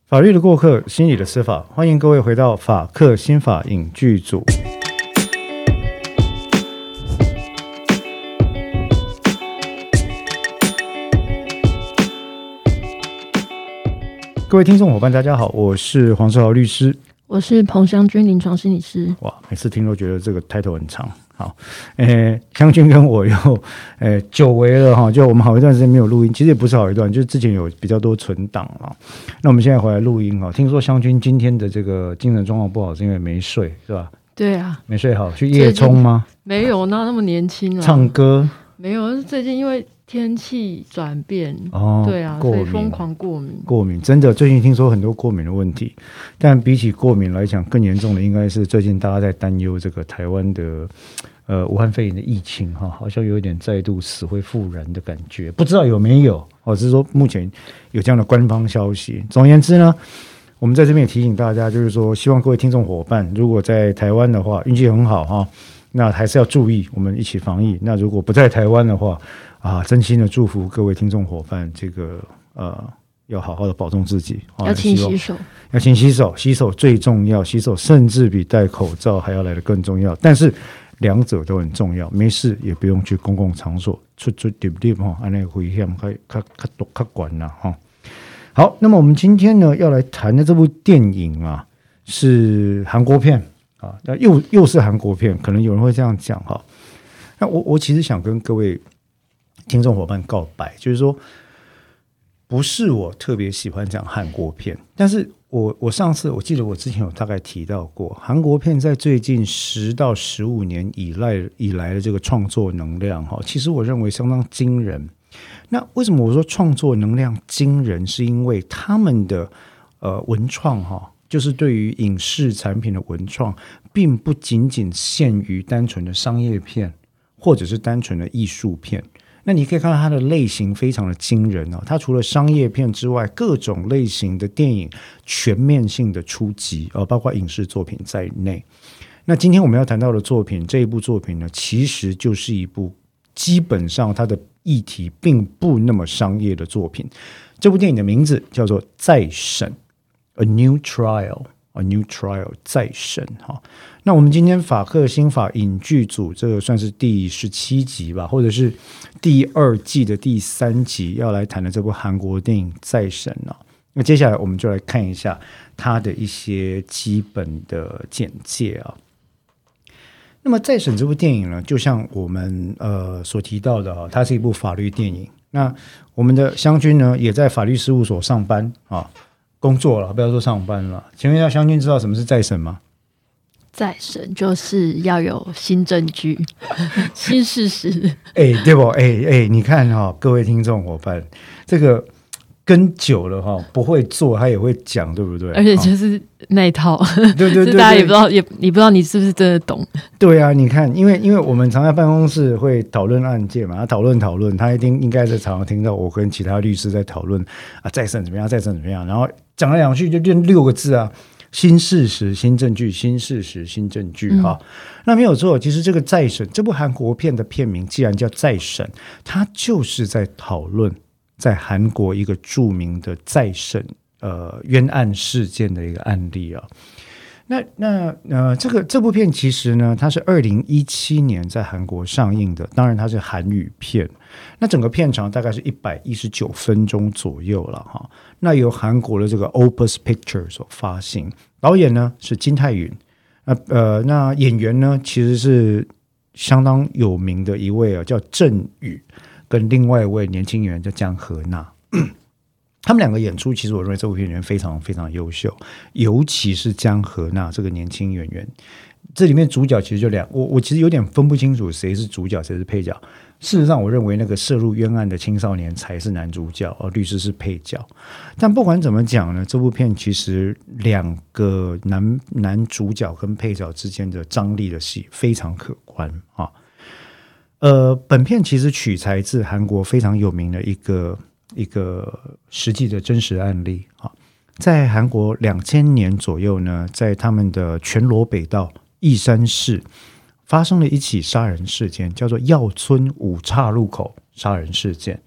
法律的过客，心理的司法，欢迎各位回到法客心法影剧组。各位听众伙伴大家好，我是黄世豪律师， 我是彭湘君临床心理师。 哇，每次听都觉得这个 title 很长。好，湘君跟我又久违了哈，就我们好一段时间没有录音，其实也不是好一段，就是之前有比较多存档啊。那我们现在回来录音哈，听说湘君今天的这个精神状况不好，是因为没睡是吧？ 对啊， 没睡好，去夜冲吗？ 没有，哪有那么年轻啊？ 唱歌？ 没有，最近因为天气转变，对啊，所以疯狂过敏。 过敏真的，最近听说很多过敏的问题，但比起过敏来讲，更严重的应该是最近大家在担忧这个台湾的武汉肺炎的疫情哈，好像有一点再度死灰复燃的感觉，不知道有没有？只是说目前有这样的官方消息。总而言之呢，我们在这边也提醒大家，就是说，希望各位听众伙伴，如果在台湾的话，运气很好哈，那还是要注意，我们一起防疫。那如果不在台湾的话，真心的祝福各位听众伙伴，这个要好好的保重自己， 要勤洗手， 要勤洗手，洗手最重要，洗手甚至比戴口罩还要来得更重要。但是两者都很重要，没事也不用去公共场所出对不对哈？安那危险，较管啦哈。好，那么我们今天呢要来谈的这部电影啊，是韩国片啊，又是韩国片，可能有人会这样讲哈。那我其实想跟各位听众伙伴告白，就是说，不是我特别喜欢讲韩国片，但是我上次我记得我之前有大概提到过，韩国片在最近10到15年以来的这个创作能量哈，其实我认为相当惊人。那为什么我说创作能量惊人？是因为他们的文创哈，就是对于影视产品的文创，并不仅仅限于单纯的商业片，或者是单纯的艺术片。那你可以看到它的类型非常的惊人哦，它除了商业片之外，各种类型的电影全面性的出击包括影视作品在内。那今天我们要谈到的作品，这一部作品呢，其实就是一部基本上它的议题并不那么商业的作品。这部电影的名字叫做《再审》 A New Trial，A New Trial 再审哈。那我们今天法客心法影剧组，这个算是第17集吧，或者是第2季的第3集要来谈的这部韩国电影《再审》啊。那接下来我们就来看一下它的一些基本的简介啊。那么《再审》这部电影呢，就像我们所提到的它是一部法律电影。那我们的湘君呢，也在法律事务所上班工作了，不要说上班了。请问一下，湘君知道什么是再审吗？ 再审就是要有新证据、新事实。 对不？你看各位听众伙伴，这个跟久了不会做他也会讲，对不对？ 而且就是那一套， 对， 大家也不知道，你不知道你是不是真的懂。对啊，你看，因为我们常在办公室会讨论案件嘛，讨论，他应该是常常听到我跟其他律师在讨论再审怎么样，再审怎么样，然后讲来讲去就变6个字啊。新事实、新证据，新事实、新证据那没有错，其实这个再审，这部韩国片的片名既然叫再审，它就是在讨论在韩国一个著名的再审冤案事件的一个案例啊。这部片其实呢，它是2017年在韩国上映的，当然它是韩语片。那整个片长大概是119分钟左右了哈。那由韩国的这个 Opus Pictures 所发行，导演呢是金泰允，那演员呢其实是相当有名的一位叫郑宇，跟另外一位年轻演员叫姜河娜。他们两个演出，其实我认为这部片演员非常非常优秀，尤其是姜河娜这个年轻演员。这里面主角其实就我其实有点分不清楚谁是主角谁是配角。事实上我认为那个涉入冤案的青少年才是男主角，律师是配角。但不管怎么讲呢，这部片其实2个男主角跟配角之间的张力的戏非常可观本片其实取材自韩国非常有名的一个实际的真实案例在韩国2000年左右呢，在他们的全罗北道义山市发生了一起杀人事件，叫做耀村五岔路口杀人事件。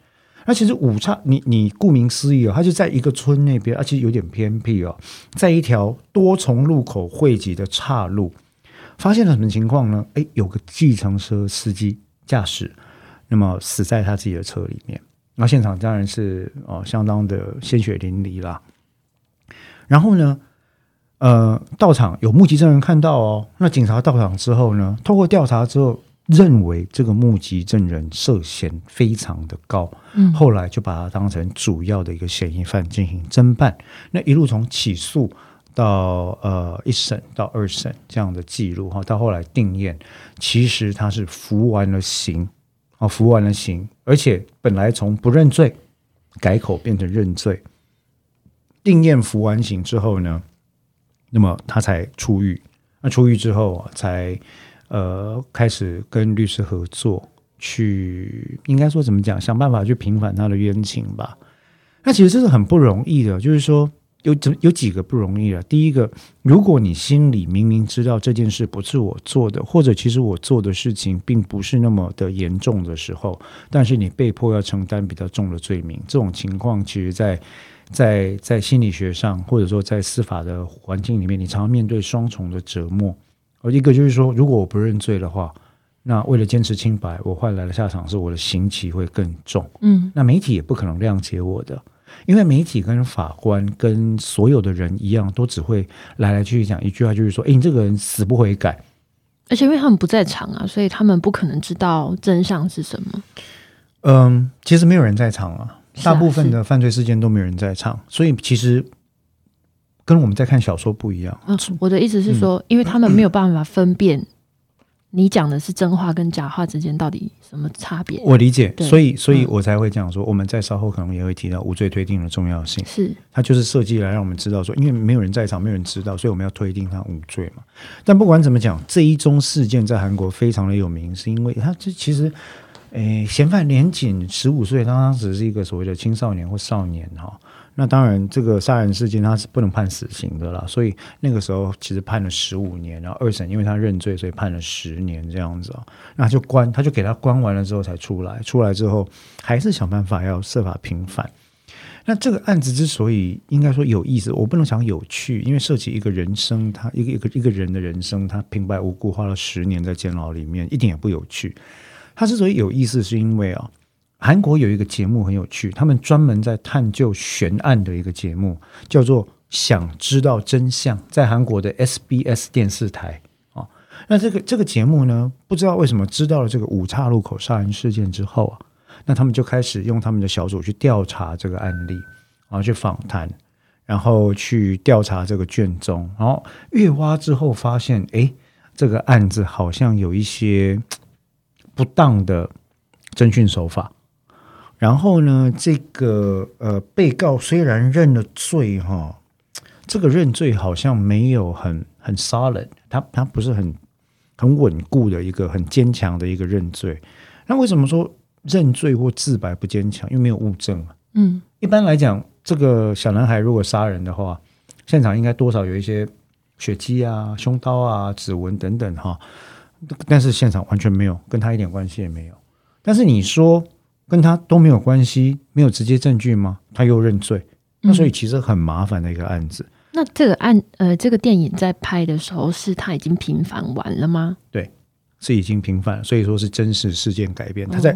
那其实五岔，你顾名思义它就在一个村那边，而且有点偏僻在一条多重路口汇集的岔路，发现了什么情况呢？有个计程车司机驾驶，那么死在他自己的车里面。那现场当然是相当的鲜血淋漓啦。然后呢，到场有目击证人看到那警察到场之后呢，透过调查之后，认为这个目击证人涉嫌非常的高，后来就把他当成主要的一个嫌疑犯进行侦办。那一路从起诉到1审到2审这样的记录到后来定验，其实他是服完了刑，而且本来从不认罪改口变成认罪，定验服完刑之后呢，那么他才出狱。那出狱之后才开始跟律师合作，去应该说怎么讲，想办法去平反他的冤情吧。那其实这是很不容易的，就是说有几个不容易的。第一个，如果你心里明明知道这件事不是我做的，或者其实我做的事情并不是那么的严重的时候，但是你被迫要承担比较重的罪名，这种情况其实在心理学上，或者说在司法的环境里面，你常常面对双重的折磨。而一个就是说，如果我不认罪的话，那为了坚持清白，我换来的下场是我的刑期会更重。那媒体也不可能谅解我的，因为媒体跟法官跟所有的人一样，都只会来来去去讲一句话，就是说，你这个人死不悔改。 而且因为他们不在场啊，所以他们不可能知道真相是什么。 其实没有人在场啊，大部分的犯罪事件都没有人在场，所以其实跟我们在看小说不一样。 我的意思是说，因为他们没有办法分辨你讲的是真话跟假话之间到底什么差别。 我理解，所以我才会讲说，我们在稍后可能也会提到无罪推定的重要性。 是， 它就是设计来让我们知道说，因为没有人在场，没有人知道，所以我们要推定他无罪嘛。但不管怎么讲，这一宗事件在韩国非常的有名，是因为它这其实嫌犯年仅15岁，他当时是一个所谓的青少年或少年那当然这个杀人事件他是不能判死刑的啦，所以那个时候其实判了15年，然后2审因为他认罪所以判了10年这样子那他就给他关完了之后才出来之后还是想办法要设法平反。那这个案子之所以应该说有意思，我不能讲有趣，因为涉及一个人生，他一个人的人生，他平白无故花了10年在监牢里面，一点也不有趣。他之所以有意思是因为韩国有一个节目很有趣，他们专门在探究悬案的一个节目，叫做想知道真相，在韩国的 SBS 电视台那这个节目呢，不知道为什么知道了这个五岔路口杀人事件之后那他们就开始用他们的小组去调查这个案例，然后去访谈，然后去调查这个卷宗，然后越挖之后发现这个案子好像有一些不当的侦讯手法。然后呢，这个被告虽然认了罪这个认罪好像没有很 solid， 他不是很稳固的一个很坚强的一个认罪。那为什么说认罪或自白不坚强？因为没有物证一般来讲，这个小男孩如果杀人的话，现场应该多少有一些血迹啊、凶刀啊、指纹等等但是现场完全没有，跟他一点关系也没有。但是你说跟他都没有关系，没有直接证据吗？他又认罪，那所以其实很麻烦的一个案子。 那这个这个电影在拍的时候，是他已经平反完了吗？ 对，是已经平反了，所以说是真实事件改编。他在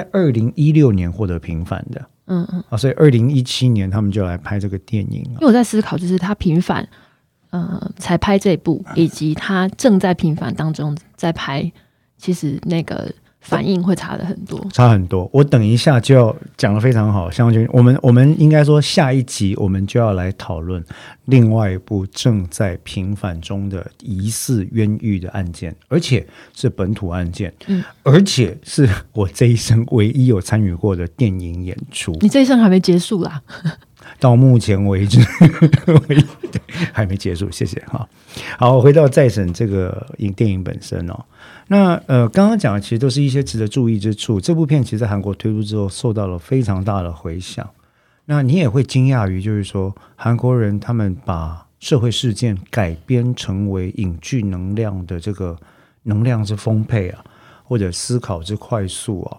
2016年获得平反的，所以2017年他们就来拍这个电影。 因为我在思考，就是他平反，才拍这部，以及他正在平反当中在拍，其实那个反应会差很多。 我等一下就要讲得非常好，相信我们应该说下一集我们就要来讨论另外一部正在平反中的疑似冤狱的案件，而且是本土案件，而且是我这一生唯一有参与过的电影演出。 你这一生还没结束啦？ 到目前为止还没结束，谢谢。好，回到再审这个电影本身那刚刚讲的其实都是一些值得注意之处。这部片其实在韩国推出之后受到了非常大的回响，那你也会惊讶于就是说韩国人他们把社会事件改编成为影剧能量的这个能量之丰沛或者思考之快速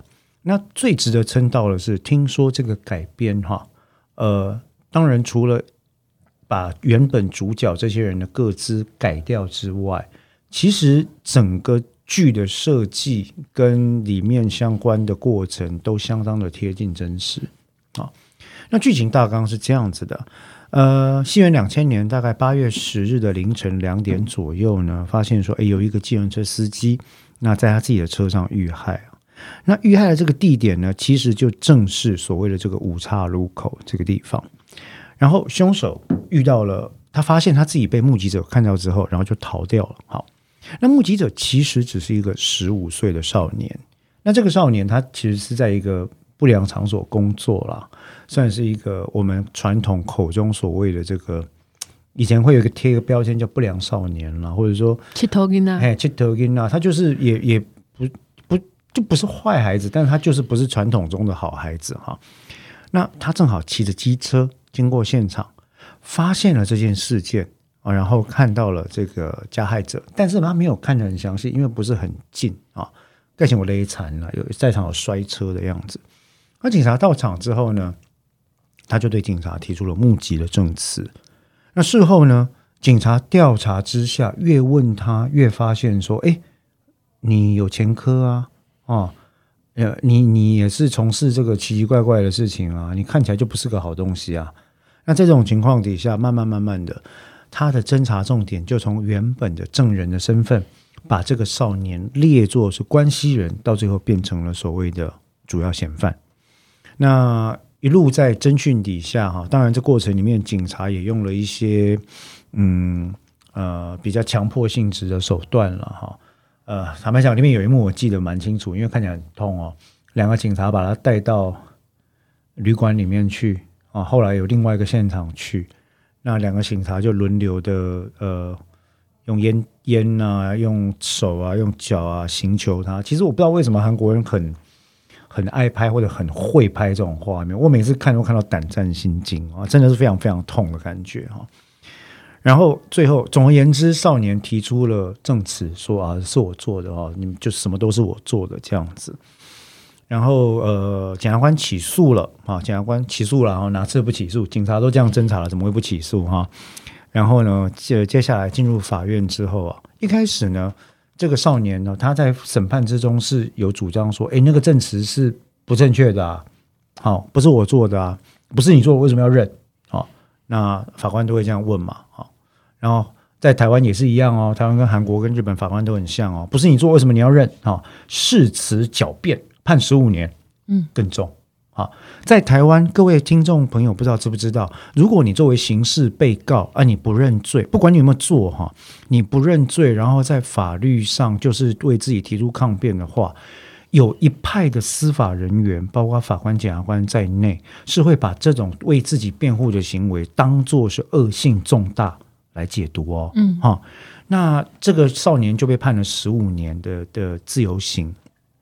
那最值得称道的是，听说这个改编当然除了把原本主角这些人的个资改掉之外，其实整个剧的设计跟里面相关的过程都相当的贴近真实。那剧情大纲是这样子的，西元2000年大概8月10日的凌晨2点左右呢，发现说有一个计程车司机那在他自己的车上遇害。那遇害的这个地点呢，其实就正是所谓的这个五岔路口这个地方。然后凶手遇到了，他发现他自己被目击者看到之后，然后就逃掉了。好，那目击者其实只是一个15岁的少年。那这个少年他其实是在一个不良场所工作啦，算是一个我们传统口中所谓的这个，以前会有一个贴一个标签叫不良少年啦，或者说七头囡仔， 七头囡仔，他就是也就不是坏孩子，但是他就是不是传统中的好孩子哈。那他正好骑着机车经过现场，发现了这件事件然后看到了这个加害者，但是他没有看得很详细，因为不是很近盖起我勒残了，有在场有摔车的样子。那警察到场之后呢，他就对警察提出了目击的证词。那事后呢，警察调查之下，越问他越发现说，你有前科你也是从事这个奇奇怪怪的事情啊，你看起来就不是个好东西啊。那在这种情况底下，慢慢的，他的侦查重点就从原本的证人的身份，把这个少年列作是关系人，到最后变成了所谓的主要嫌犯。那一路在侦讯底下当然这过程里面警察也用了一些比较强迫性质的手段了坦白讲，里面有一幕我记得蛮清楚，因为看起来很痛两个警察把他带到旅馆里面去后来有另外一个现场去，那两个警察就轮流的用烟啊，用手啊，用脚啊刑求他。其实我不知道为什么韩国人很爱拍或者很会拍这种画面，我每次看都看到胆战心惊真的是非常非常痛的感觉然后最后总而言之，少年提出了证词说是我做的你们就什么都是我做的这样子。然后检察官起诉了检察官起诉了哪次不起诉？警察都这样侦查了，怎么会不起诉然后呢接下来进入法院之后一开始呢这个少年呢他在审判之中是有主张说那个证词是不正确的不是我做的不是你做的，为什么要认那法官都会这样问嘛然后在台湾也是一样台湾跟韩国跟日本法官都很像不是你做为什么你要认誓词狡辩判15年更重在台湾各位听众朋友不知道知不知道，如果你作为刑事被告你不认罪，不管你有没有做你不认罪，然后在法律上就是为自己提出抗辩的话，有一派的司法人员包括法官检察官在内是会把这种为自己辩护的行为当作是恶性重大来解读那这个少年就被判了15年的自由刑。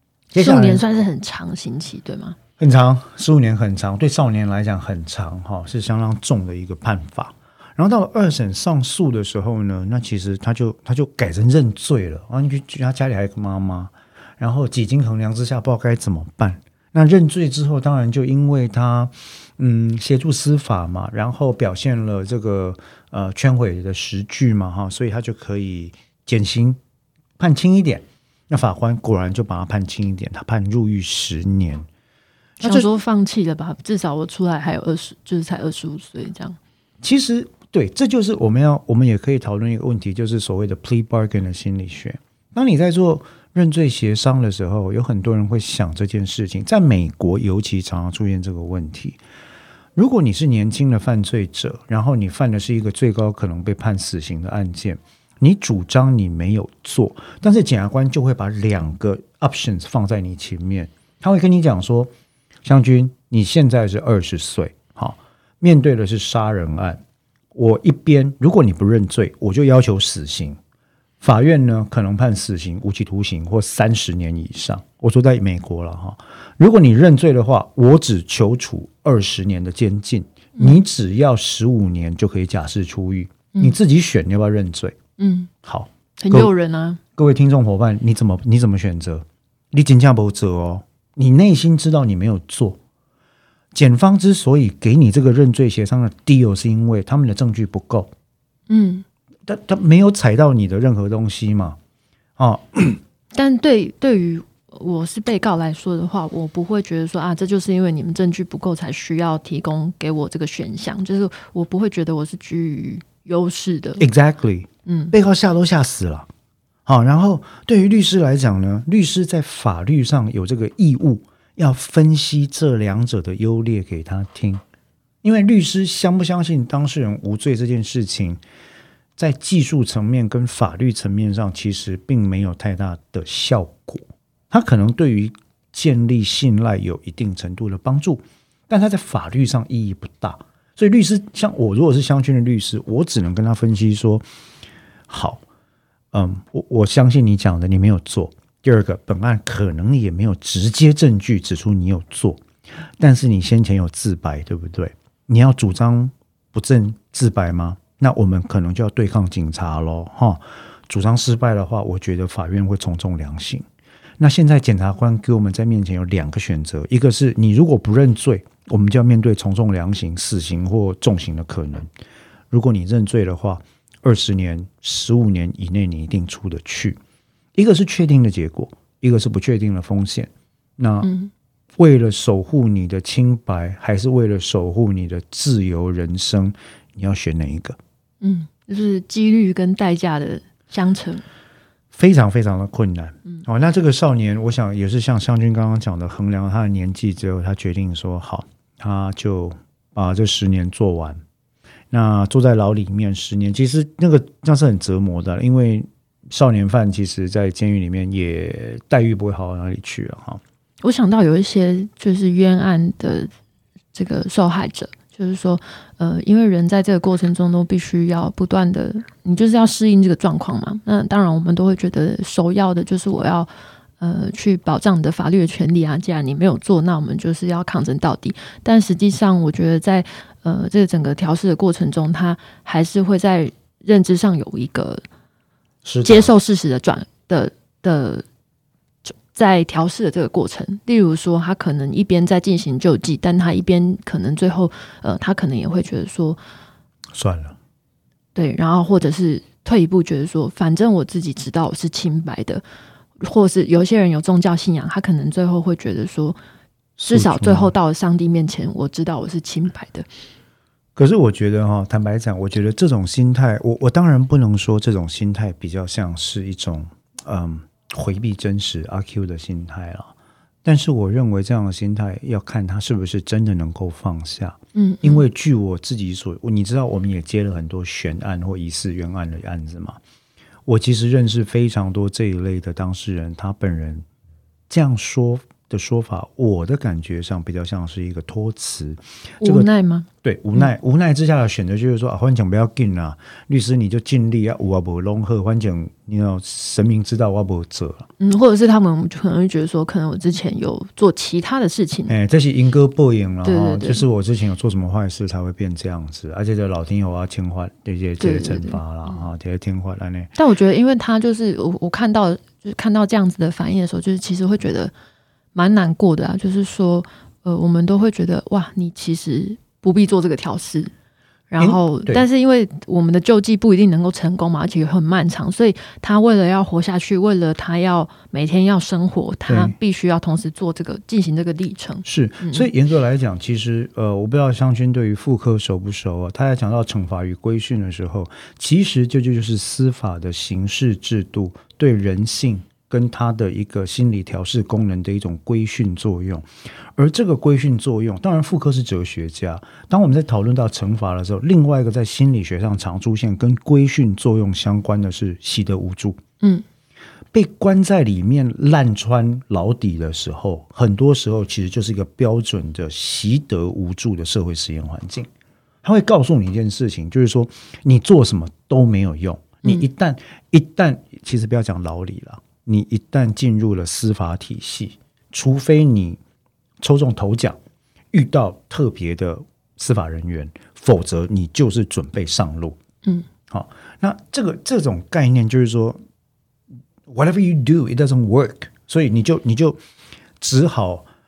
15年算是很长刑期对吗？ 很长，15年很长，对少年来讲很长是相当重的一个判罚。然后到了2审上诉的时候呢，那其实他就改成认罪了因为他家里还有个妈妈，然后几经衡量之下不知道该怎么办。那认罪之后，当然就因为他协助司法嘛，然后表现了这个圈毁的实据嘛所以他就可以减刑判轻一点。那法官果然就把他判轻一点，他判入狱10年。 想说放弃了吧，至少我出来还有就是才25岁这样。 其实对，这就是我们也可以讨论一个问题，就是所谓的 plea bargain 的心理学。当你在做认罪协商的时候，有很多人会想这件事情，在美国尤其常常出现这个问题。如果你是年轻的犯罪者，然后你犯的是一个最高可能被判死刑的案件，你主张你没有做，但是检察官就会把2个 options 放在你前面，他会跟你讲说，湘军你现在是20岁面对的是杀人案，我一边如果你不认罪，我就要求死刑，法院呢可能判死刑、无期徒刑或30年以上。我说在美国了如果你认罪的话，我只求处20年的监禁，你只要15年就可以假释出狱，你自己选你要不要认罪。好， 很诱人啊。 各位听众伙伴，你怎么选择？你真的没辙你内心知道你没有做。检方之所以给你这个认罪协商的 deal， 是因为他们的证据不够。他没有踩到你的任何东西嘛。 但对于我是被告来说的话，我不会觉得说这就是因为你们证据不够才需要提供给我这个选项，就是我不会觉得我是居于优势的。 Exactly。 被告吓都吓死了。然后对于律师来讲呢，律师在法律上有这个义务要分析这两者的优劣给他听，因为律师相不相信当事人无罪这件事情，在技术层面跟法律层面上其实并没有太大的效果，他可能对于建立信赖有一定程度的帮助，但他在法律上意义不大。所以律师像我如果是相讯的律师，我只能跟他分析说，好，我相信你讲的你没有做。第二个，本案可能也没有直接证据指出你有做，但是你先前有自白，对不对？你要主张不正自白吗？那我们可能就要对抗警察咯。主张失败的话，我觉得法院会从重量刑。那现在检察官给我们在面前有两个选择，一个是你如果不认罪，我们就要面对从重量刑、死刑或重刑的可能。如果你认罪的话，20年、15年以内你一定出得去。一个是确定的结果，一个是不确定的风险。那为了守护你的清白，还是为了守护你的自由人生，你要选哪一个？ 就是几率跟代价的相乘， 非常非常的困难。那这个少年我想也是像湘军刚刚讲的，衡量他的年纪之后，他决定说好，他就把这10年做完。那坐在牢里面10年，其实那是很折磨的，因为少年犯其实在监狱里面也待遇不会好到哪里去了。 我想到有一些就是冤案的这个受害者，就是说因为人在这个过程中都必须要不断的，你就是要适应这个状况嘛。那当然我们都会觉得首要的就是我要去保障你的法律的权利啊，既然你没有做，那我们就是要抗争到底。但实际上我觉得在这个整个调试的过程中，他还是会在认知上有一个接受事实的在调试的这个过程。例如说他可能一边在进行救济，但他一边可能最后他可能也会觉得说算了， 对，然后或者是退一步觉得说反正我自己知道我是清白的，或是有些人有宗教信仰，他可能最后会觉得说至少最后到了上帝面前，我知道我是清白的。 可是我觉得坦白讲，我觉得这种心态，我当然不能说这种心态比较像是一种回避真实阿 Q 的心态啦，但是我认为这样的心态要看他是不是真的能够放下。因为据我自己你知道我们也接了很多悬案或疑似冤案的案子嘛，我其实认识非常多这一类的当事人，他本人这样说的说法，我的感觉上比较像是一个托词， 无奈吗？ 对，无奈之下的选择就是说反正不要紧啦，律师你就尽力啊，有啊没弄好，反正你要神明知道我没做了。 或者是他们可能会觉得说，可能我之前有做其他的事情， 这是因果报应了。 对， 就是我之前有做什么坏事才会变这样子，而且这老天有要听话这些惩罚啦，这些听话了呢。 但我觉得因为他就是我看到这样子的反应的时候，就是其实会觉得蛮难过的啊，就是说我们都会觉得哇，你其实不必做这个调试，然后但是因为我们的救济不一定能够成功嘛，而且很漫长，所以他为了要活下去，为了他要每天要生活，他必须要同时做进行这个历程。是， 所以严格来讲，其实我不知道湘军对于复科熟不熟啊？他在讲到惩罚与规训的时候，其实这就是司法的刑事制度对人性跟他的一个心理调试功能的一种规训作用。而这个规训作用，当然傅柯是哲学家，当我们在讨论到惩罚的时候，另外一个在心理学上常出现跟规训作用相关的是习得无助。被关在里面烂穿牢底的时候，很多时候其实就是一个标准的习得无助的社会实验环境。他会告诉你一件事情，就是说你做什么都没有用，你一旦其实不要讲牢里了，你一旦进入了司法体系，除非你抽中头奖遇到特别的司法人员，否则你就是准备上路。好，那这种概念就是说 whatever you do it doesn't work， 所以你就只好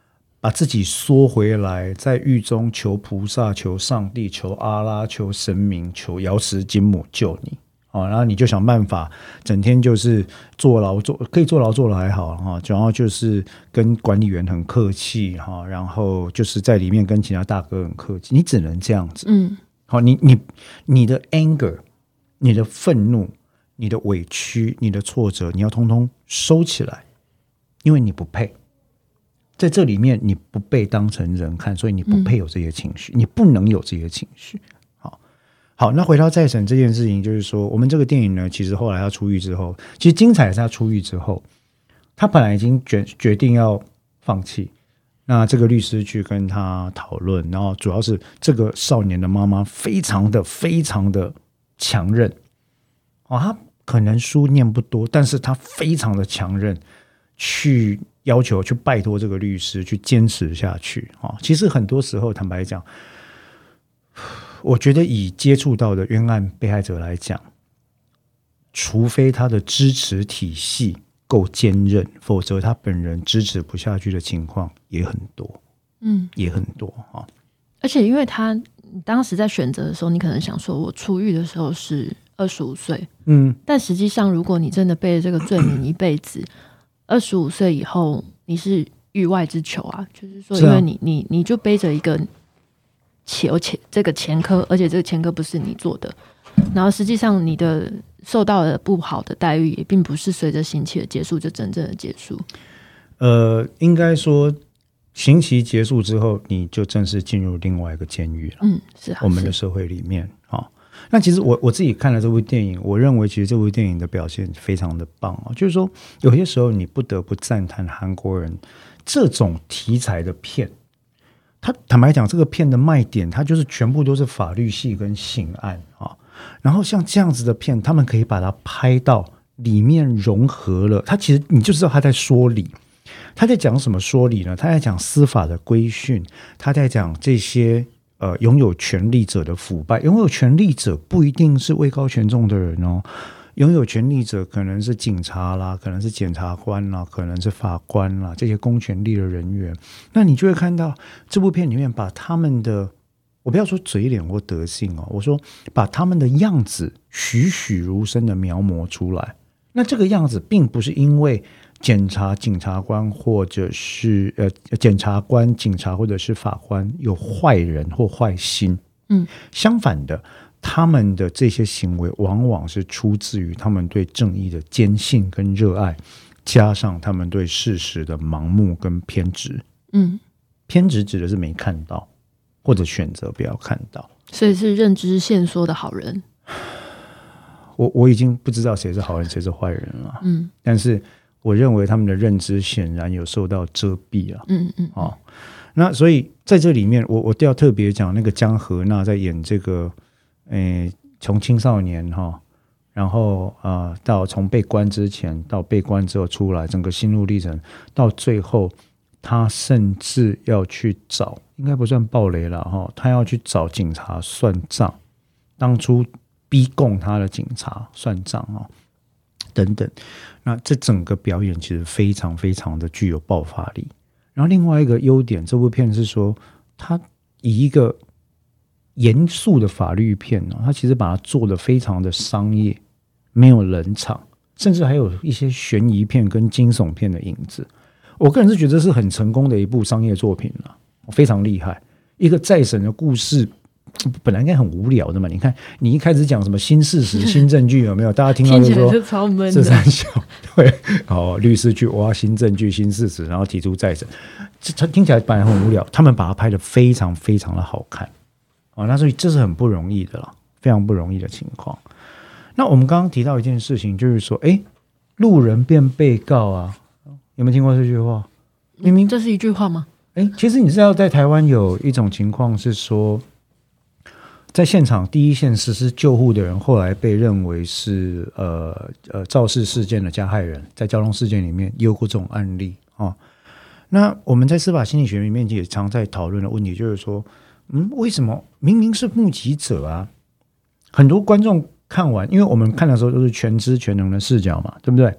把自己缩回来，在狱中求菩萨、求上帝、求阿拉、求神明、求瑶池金母救你。然后你就想办法，整天就是可以坐牢坐了还好然后就是跟管理员很客气然后就是在里面跟其他大哥很客气，你只能这样子。好，你的 anger， 你的愤怒，你的委屈，你的挫折，你要通通收起来，因为你不配。在这里面你不被当成人看，所以你不配有这些情绪，你不能有这些情绪。好，那回到再审这件事情，就是说我们这个电影呢，其实后来他出狱之后，其实精彩的是他出狱之后，他本来已经决定要放弃，那这个律师去跟他讨论，然后主要是这个少年的妈妈非常的强韧他可能书念不多，但是他非常的强韧，去要求去拜托这个律师去坚持下去其实很多时候坦白讲，我觉得以接触到的冤案被害者来讲，除非他的支持体系够坚韧，否则他本人支持不下去的情况也很多。也很多而且因为他当时在选择的时候，你可能想说我出狱的时候是25岁，但实际上如果你真的背了这个罪名一辈子，25岁以后你是狱外之囚啊，就是说因为你就背着一个这个前科，而且这个前科不是你做的，然后实际上你的受到的不好的待遇也并不是随着刑期的结束就真正的结束。 应该说刑期结束之后，你就正式进入另外一个监狱了。 是我们的社会里面那其实我自己看了这部电影，我认为其实这部电影的表现非常的棒就是说有些时候你不得不赞叹韩国人这种题材的片，他坦白讲这个片的卖点它就是全部都是法律系跟刑案然后像这样子的片他们可以把它拍到里面融合了，他其实你就知道他在说理。他在讲什么说理呢？他在讲司法的规训，他在讲这些拥有权力者的腐败。拥有权力者不一定是位高权重的人拥有权力者可能是警察啦，可能是检察官啦，可能是法官啦，这些公权力的人员。那你就会看到这部片里面把他们的，我不要说嘴脸或德性我说把他们的样子栩栩如生的描摹出来。那这个样子并不是因为警察官或者是检察官、警察或者是法官有坏人或坏心，相反的，他们的这些行为往往是出自于他们对正义的坚信跟热爱，加上他们对事实的盲目跟偏执。偏执指的是没看到或者选择不要看到， 所以是认知限缩的好人。 我已经不知道谁是好人谁是坏人了。但是我认为他们的认知显然有受到遮蔽了。那所以在这里面我都要特别讲那个江河娜在演这个从青少年然后到从被关之前到被关之后出来，整个心路历程到最后他甚至要去找，应该不算暴雷了他要去找警察算账，当初逼供他的警察算账等等。那这整个表演其实非常非常的具有爆发力。然后另外一个优点，这部片是说他以一个严肃的法律片他其实把它做得非常的商业，没有冷场，甚至还有一些悬疑片跟惊悚片的影子。我个人是觉得是很成功的一部商业作品非常厉害。一个再审的故事本来应该很无聊的嘛，你看你一开始讲什么新事实新证据有没有，大家听到就说听起来就超闷的， 这三小对律师去挖新证据新事实然后提出再审，这听起来本来很无聊，他们把它拍得非常非常的好看那所以这是很不容易的啦，非常不容易的情况。那我们刚刚提到一件事情，就是说路人变被告有没有听过这句话？明明这是一句话吗？ 其实你知道在台湾有一种情况是说，在现场第一线实施救护的人后来被认为是肇事事件的加害人，在交通事件里面也有过这种案例那我们在司法心理学里面也常在讨论的问题就是说为什么明明是目击者很多观众看完，因为我们看的时候都是全知全能的视角嘛，对不对？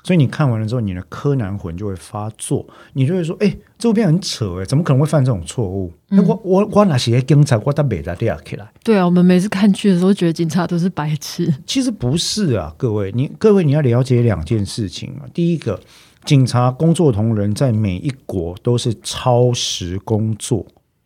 所以你看完了之后，你的柯南魂就会发作，你就会说：“这部片很扯怎么可能会犯这种错误？”我哪些警察我都没在掉起来。 对啊，我们每次看剧的时候，觉得警察都是白痴。 其实不是啊，各位你要了解2件事情啊。第一个，警察工作同仁在每一国都是超时工作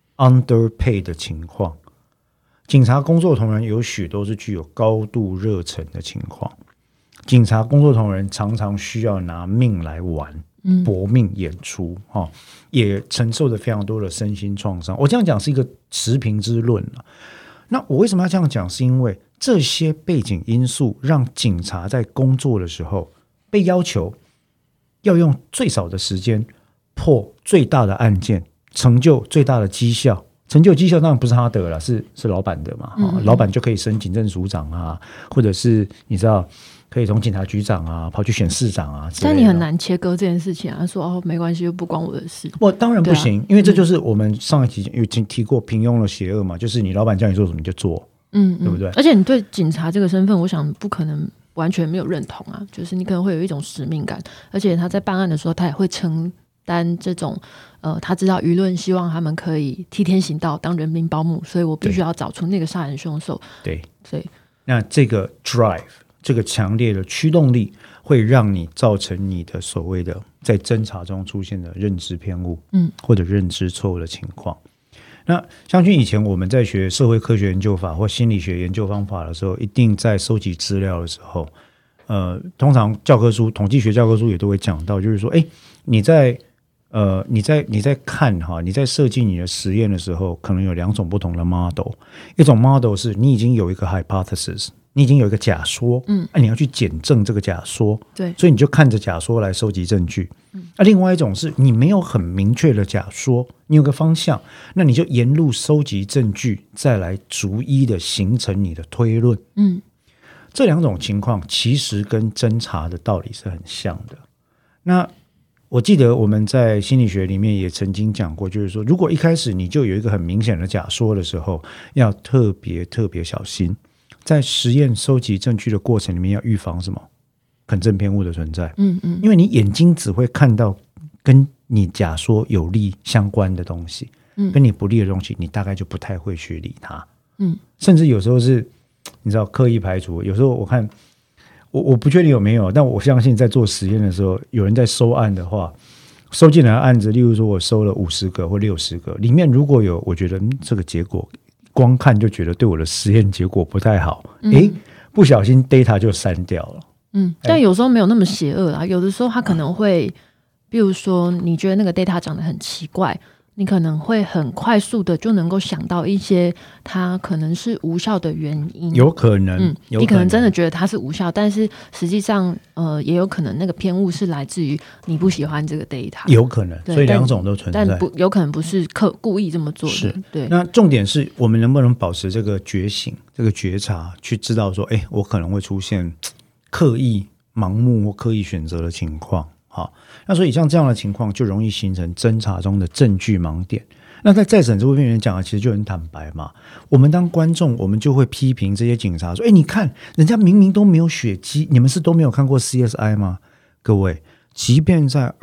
underpay 的情况。警察工作同仁有许多是具有高度热忱的情况，警察工作同仁常常需要拿命来玩，搏命演出，也承受着非常多的身心创伤。我这样讲是一个持平之论了。那我为什么要这样讲？是因为这些背景因素让警察在工作的时候被要求要用最少的时间破最大的案件，成就最大的绩效。成就绩效当然不是他得了，是老板的嘛，老板就可以升警政署长啊，或者是你知道可以从警察局长啊跑去选市长啊之类的。但你很难切割这件事情啊，说没关系，又不关我的事。 当然不行，因为这就是我们上一集有提过平庸的邪恶嘛，就是你老板叫你做什么你就做，对不对？ 而且你对警察这个身份，我想不可能完全没有认同啊，就是你可能会有一种使命感，而且他在办案的时候，他也会承担这种他知道舆论希望他们可以替天行道，当人民保姆，所以我必须要找出那个杀人凶手。 对，那这个 drive 这个强烈的驱动力会让你造成你的所谓的在侦查中出现的认知偏误，或者认知错误的情况。那相信以前我们在学社会科学研究法或心理学研究方法的时候，一定在收集资料的时候，通常教科书统计学教科书也都会讲到，就是说你在看你在设计你的实验的时候，可能有2种不同的 model。一种 model 是你已经有一个 hypothesis， 你已经有一个假说，你要去检证这个假说， 对， 所以你就看着假说来收集证据。另外一种是你没有很明确的假说，你有个方向，那你就沿路收集证据，再来逐一的形成你的推论。这2种情况其实跟侦查的道理是很像的。那我记得我们在心理学里面也曾经讲过，就是说如果一开始你就有一个很明显的假说的时候，要特别特别小心，在实验收集证据的过程里面要预防什么肯正偏误的存在。因为你眼睛只会看到跟你假说有利相关的东西，跟你不利的东西你大概就不太会去理它。甚至有时候是你知道刻意排除。有时候我看我不确定有没有，但我相信在做实验的时候，有人在收案的话，收进来的案子，例如说我收了50个或60个，里面如果有我觉得这个结果光看就觉得对我的实验结果不太好，不小心 data 就删掉了。 但有时候没有那么邪恶啦，有的时候他可能会比如说你觉得那个 data 长得很奇怪，你可能会很快速的就能够想到一些它可能是无效的原因。 有可能， 你可能真的觉得它是无效，但是实际上也有可能那个偏误是来自于你不喜欢这个 data。 有可能，所以2种都存在， 但有可能不是故意这么做的。 是， 对。 那重点是我们能不能保持这个觉醒、这个觉察，去知道说，我可能会出现刻意盲目或刻意选择的情况。好，那所以像这样的情况就容易形成侦查中的证据盲点。那在再审这部片里面讲的其实就很坦白嘛，我们当观众我们就会批评这些警察说，你看人家明明都没有血迹，你们是都没有看过 CSI 吗？各位，即便在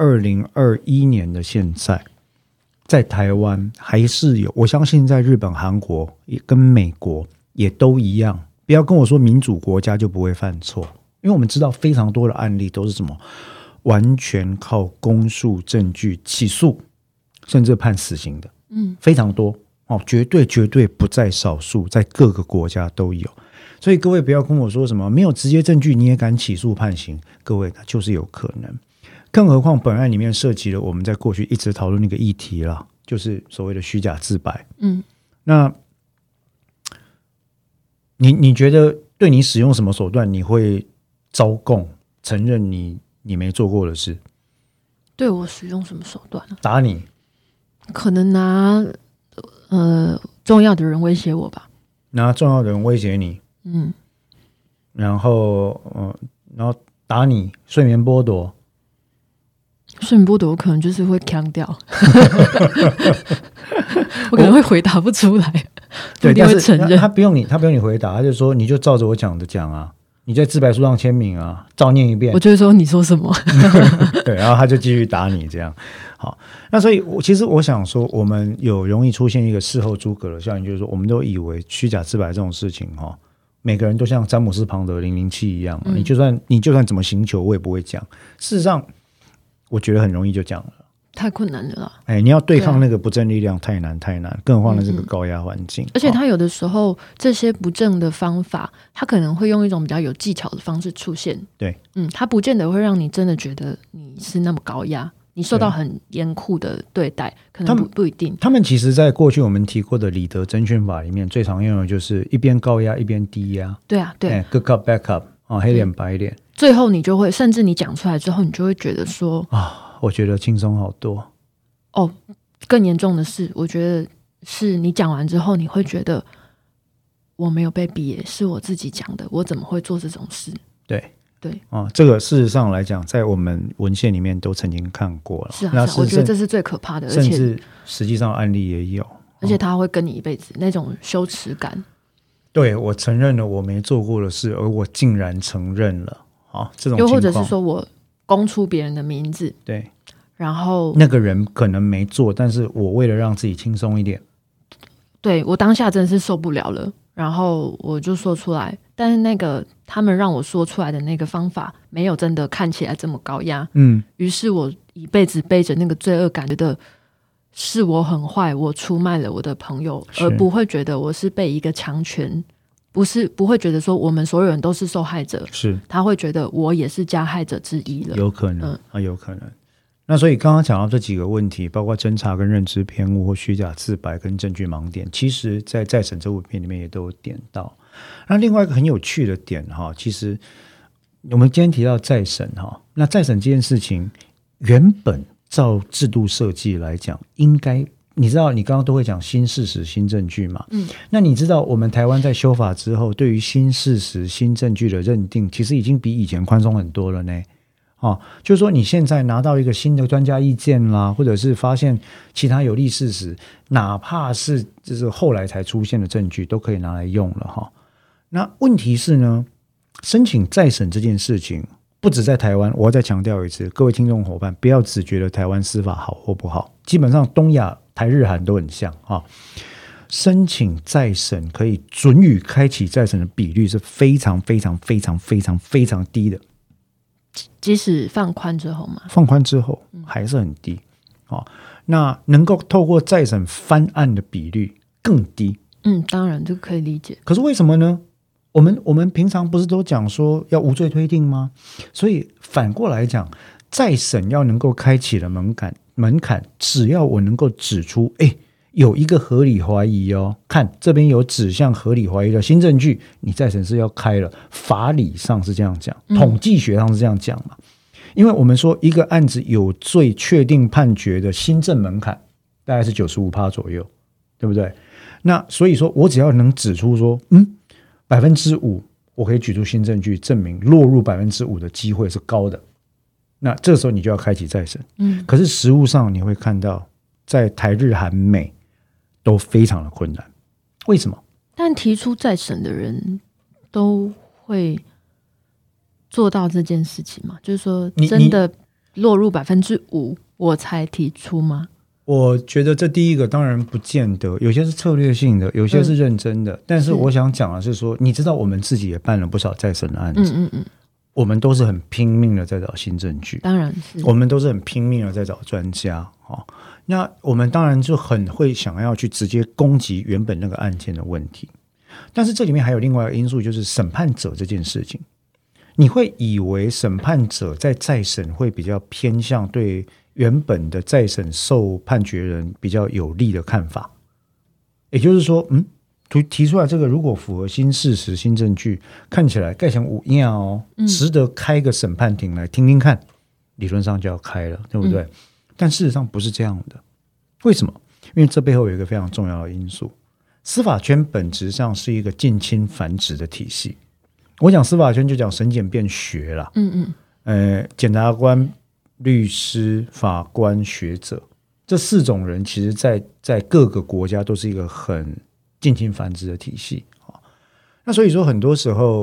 2021年的现在，在台湾还是有，我相信在日本、韩国也跟美国也都一样，不要跟我说民主国家就不会犯错，因为我们知道非常多的案例都是什么完全靠公诉证据起诉甚至判死刑的，非常多，绝对不在少数，在各个国家都有。所以各位不要跟我说什么没有直接证据你也敢起诉判刑，各位那就是有可能。更何况本案里面涉及了我们在过去一直讨论那个议题啦，就是所谓的虚假自白。那你觉得对你使用什么手段你会招供承认你没做过的事？ 对我使用什么手段？ 打你？可能拿重要的人威胁我吧。 拿重要的人威胁你？然后打你，睡眠剥夺。 睡眠剥夺我可能就是会呛掉我可能会回答不出来， 对， 一定会承认。 他不用你回答，他就说你就照着我讲的讲啊， 你在自白书上签名啊，照念一遍我就会说你说什么对，然后他就继续打你这样。好，那所以其实我想说，我们有容易出现一个事后诸葛的效应，就是说我们都以为虚假自白这种事情每个人都像詹姆斯庞德007一样，你就算怎么刑求我也不会讲。事实上我觉得很容易就讲了， 太困难了啦。 你要对抗那个不正力量太难，更何况是这个高压环境。 而且他有的时候这些不正的方法，他可能会用一种比较有技巧的方式出现。 对， 他不见得会让你真的觉得你是那么高压，你受到很严酷的对待，可能不一定。 他们其实在过去我们提过的李德侦讯法里面，最常用的就是一边高压一边低压。 对啊，对 ，good cop bad cop 黑脸白脸。 最后你就会，甚至你讲出来之后，你就会觉得说我觉得轻松好多。 更严重的是，我觉得是你讲完之后，你会觉得我没有被逼耶，是我自己讲的，我怎么会做这种事？ 对， 对这个事实上来讲，在我们文献里面都曾经看过了。 是啊，我觉得这是最可怕的， 甚至实际上案例也有， 而且他会跟你一辈子那种羞耻感。 对，我承认了我没做过的事，而我竟然承认了这种情况。 又或者是说我供出别人的名字， 对， 然后那个人可能没做，但是我为了让自己轻松一点， 对，我当下真的是受不了了，然后我就说出来，但是那个他们让我说出来的那个方法没有真的看起来这么高压，于是我一辈子背着那个罪恶感，觉得是我很坏，我出卖了我的朋友，而不会觉得我是被一个强权，不会觉得说我们所有人都是受害者， 是他会觉得我也是加害者之一了， 有可能有可能。那所以刚刚讲到这几个问题，包括侦查跟认知偏误或虚假自白跟证据盲点，其实在再审这部片里面也都有点到。那另外一个很有趣的点其实我们今天提到再审那再审这件事情原本照制度设计来讲，应该你知道你刚刚都会讲新事实新证据嘛，那你知道我们台湾在修法之后，对于新事实新证据的认定其实已经比以前宽松很多了呢。就是说你现在拿到一个新的专家意见啦，或者是发现其他有利事实，哪怕是就是后来才出现的证据都可以拿来用了那问题是呢，申请再审这件事情不止在台湾，我要再强调一次，各位听众伙伴不要只觉得台湾司法好或不好，基本上东亚台日韩都很像申请再审可以准予开启再审的比率是非常非常非常非常非常低的， 即使放宽之后嘛， 放宽之后还是很低那能够透过再审翻案的比率更低。 当然这个可以理解。 可是为什么呢？我们平常不是都讲说要无罪推定吗？所以反过来讲，再审要能够开启的门槛，只要我能够指出有一个合理怀疑看这边有指向合理怀疑的新证据，你再审是要开了，法理上是这样讲，统计学上是这样讲嘛。因为我们说一个案子有罪确定判决的新证门槛大概是 95% 左右，对不对？那所以说我只要能指出说5%我可以举出新证据证明落入5%的机会是高的，那这个时候你就要开启再审。可是实务上你会看到在台日韩美都非常的困难。为什么？ 但提出再审的人都会做到这件事情吗？就是说真的落入5%我才提出吗？ 我觉得这第一个当然不见得，有些是策略性的，有些是认真的，但是我想讲的是说，你知道我们自己也办了不少再审的案子，我们都是很拼命的在找新证据， 当然是我们都是很拼命的在找专家那我们当然就很会想要去直接攻击原本那个案件的问题，但是这里面还有另外一个因素，就是审判者这件事情。你会以为审判者在再审会比较偏向对原本的再审受判决人比较有利的看法，也就是说提出来这个如果符合新事实新证据，看起来盖成五样值得开个审判庭来听听看，理论上就要开了，对不对？但事实上不是这样的。为什么？因为这背后有一个非常重要的因素，司法圈本质上是一个近亲繁殖的体系。我讲司法圈就讲审检辩学啦，检察官、律师、法官、学者这4种人，其实在各个国家都是一个很近亲繁殖的体系那所以说很多时候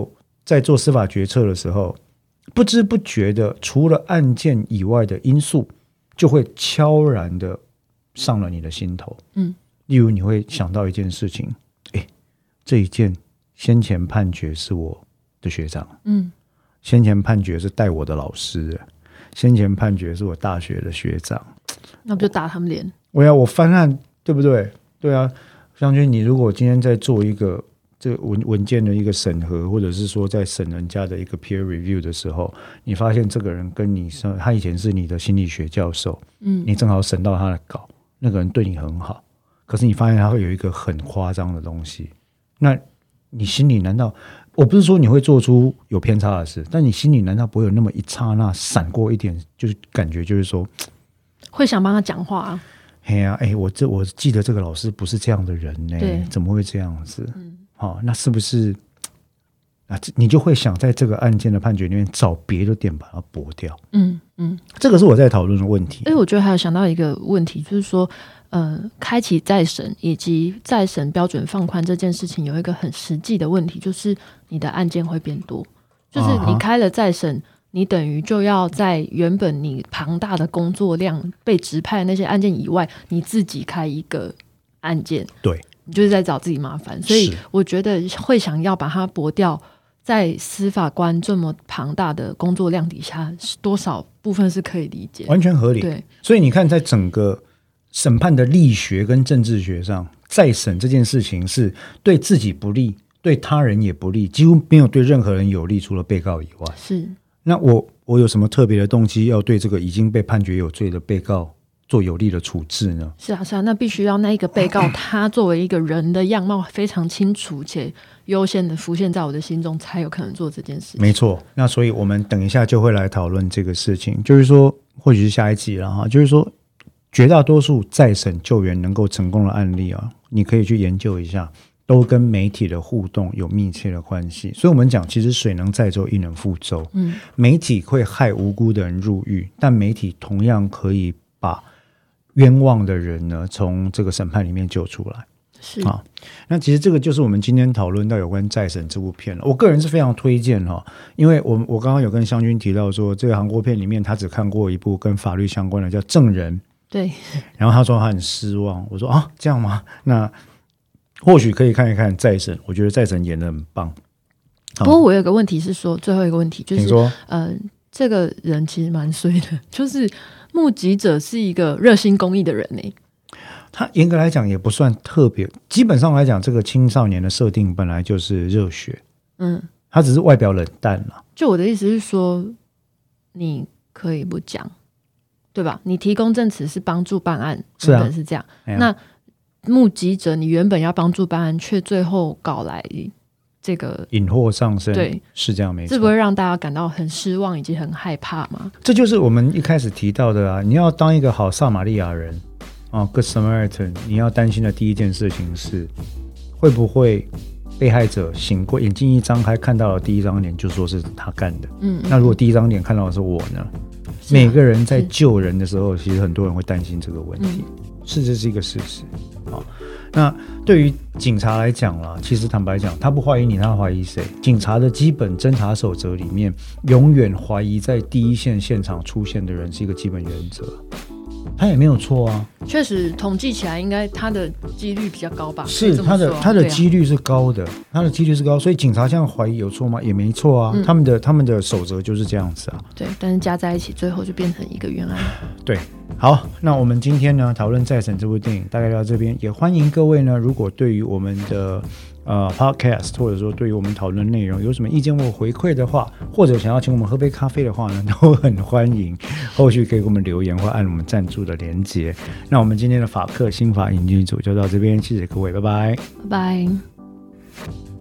在做司法决策的时候，不知不觉的除了案件以外的因素就会悄然的上了你的心头。例如你会想到一件事情，这一件先前判决是我的学长，先前判决是带我的老师，先前判决是我大学的学长， 那不就打他们脸？ 我翻案，对不对？对啊，湘君，你如果今天在做一个这个文件的一个审核，或者是说在审人家的一个 peer review 的时候，你发现这个人跟你他以前是你的心理学教授，你正好审到他的稿，那个人对你很好，可是你发现他会有一个很夸张的东西，那你心里难道，我不是说你会做出有偏差的事，但你心里难道不会有那么一刹那闪过一点，就是感觉就是说会想帮他讲话啊？ 我记得这个老师不是这样的人呢，怎么会这样子？那是不是你就会想在这个案件的判决里面找别的点把它驳掉？这个是我在讨论的问题。 我觉得还有想到一个问题，就是说开启再审以及再审标准放宽这件事情有一个很实际的问题，就是你的案件会变多，就是你开了再审，你等于就要在原本你庞大的工作量被指派的那些案件以外，你自己开一个案件， 对， 你就是在找自己麻烦。所以我觉得会想要把它驳掉，在司法官这么庞大的工作量底下，多少部分是可以理解， 完全合理。 对， 所以你看在整个审判的力学跟政治学上，再审这件事情是对自己不利，对他人也不利，几乎没有对任何人有利，除了被告以外。 是， 那我有什么特别的动机要对这个已经被判决有罪的被告做有利的处置呢？是啊， 那必须要那一个被告他作为一个人的样貌非常清楚且优先的浮现在我的心中，才有可能做这件事情。 没错，那所以我们等一下就会来讨论这个事情，就是说或许是下一集了哈，就是说绝大多数再审救援能够成功的案例啊，你可以去研究一下，都跟媒体的互动有密切的关系。所以我们讲其实水能载舟亦能覆舟，媒体会害无辜的人入狱，但媒体同样可以把冤枉的人呢从这个审判里面救出来。 是啊，那其实这个就是我们今天讨论到有关再审这部片了。我个人是非常推荐因为我刚刚有跟湘君提到说，这个韩国片里面他只看过一部跟法律相关的叫《证人》， 对， 然后他说他很失望。我说这样吗？那或许可以看一看再审，我觉得再审演得很棒。 不过我有个问题是说，最后一个问题就是说这个人其实蛮衰的，就是目击者是一个热心公益的人呢。 他严格来讲也不算特别，基本上来讲，这个青少年的设定本来就是热血，他只是外表冷淡了。 就我的意思是说，你可以不讲，对吧？你提供证词是帮助办案， 是啊， 原本是这样。那目击者，你原本要帮助办案，却最后搞来这个引祸上身， 对， 是这样没错。 这不会让大家感到很失望以及很害怕吗？ 这就是我们一开始提到的啊，你要当一个好撒玛利亚人Good Samaritan， 你要担心的第一件事情是会不会被害者醒过眼睛一张开看到了第一张脸就说是他干的。那如果第一张脸看到的是我呢？每个人在救人的时候，其实很多人会担心这个问题，这是一个事实。那对于警察来讲啦，其实坦白讲，他不怀疑你，他怀疑谁？警察的基本侦查守则里面，永远怀疑在第一线现场出现的人是一个基本原则。他也没有错啊， 确实统计起来应该他的几率比较高吧？ 是他的几率是高的，他的几率是高，所以警察这样怀疑有错吗？也没错啊，他们的守则就是这样子啊。 对，但是加在一起，最后就变成一个冤案。 对，好，那我们今天呢讨论再审这部电影，大概到这边，也欢迎各位呢，如果对于我们的podcast 或者说对于我们讨论内容有什么意见或回馈的话，或者想要请我们喝杯咖啡的话呢，都很欢迎，后续可以给我们留言或按我们赞助的连结。那我们今天的法客心法引进组就到这边，谢谢各位，拜拜， 拜拜。